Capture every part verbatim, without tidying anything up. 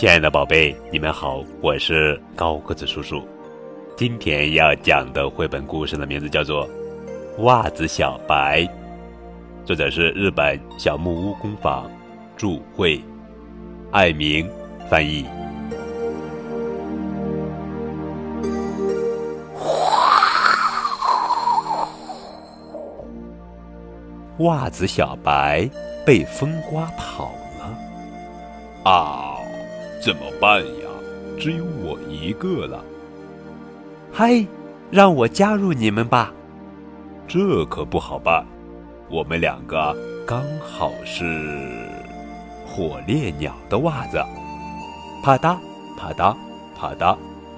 亲爱的宝贝，你们好，我是高个子叔叔。今天要讲的绘本故事的名字叫做《袜子小白》，作者是日本小木屋工坊著绘，艾明翻译。袜子小白被风刮跑了，啊，怎么办呀？只有我一个了。 嗨，让我加入你们吧。 这可不好办，我们两个刚好是火烈鸟的袜子。啪嗒啪嗒啪嗒。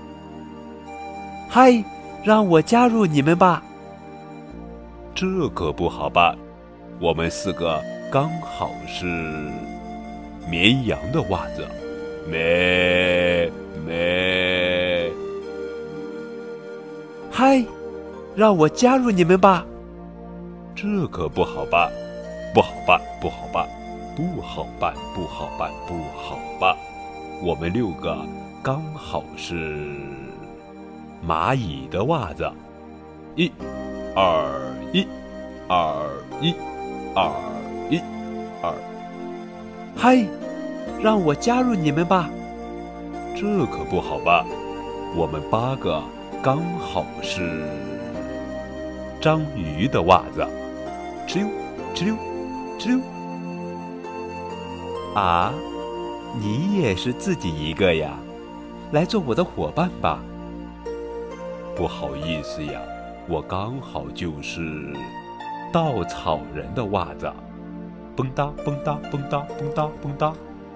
嗨，让我加入你们吧。 这可不好办，我们四个刚好是绵羊的袜子。咩咩。 嗨，让我加入你们吧。 这可不好办，不好办，不好办，不好办，不好办，不好办。我们六个刚好是蚂蚁的袜子。一、二、一、二、一、二、一、二。 嗨，让我加入你们吧。 这可不好办，我们八个刚好是章鱼的袜子。哧溜哧溜哧溜。 啊，你也是自己一个呀？来做我的伙伴吧。 不好意思呀，我刚好就是稻草人的袜子。蹦哒蹦哒蹦哒蹦哒蹦哒。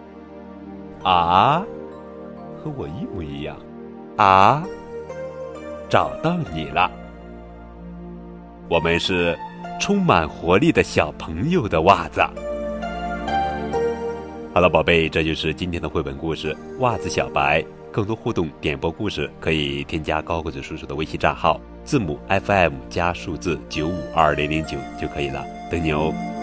啊，和我一模一样。 啊， 找到你了。我们是充满活力的小朋友的袜子。好了，宝贝，这就是今天的绘本故事《袜子小白》。更多互动点播故事，可以添加高个子叔叔的微信账号，字母 F M 加数字九五二零零九就可以了，等你哦。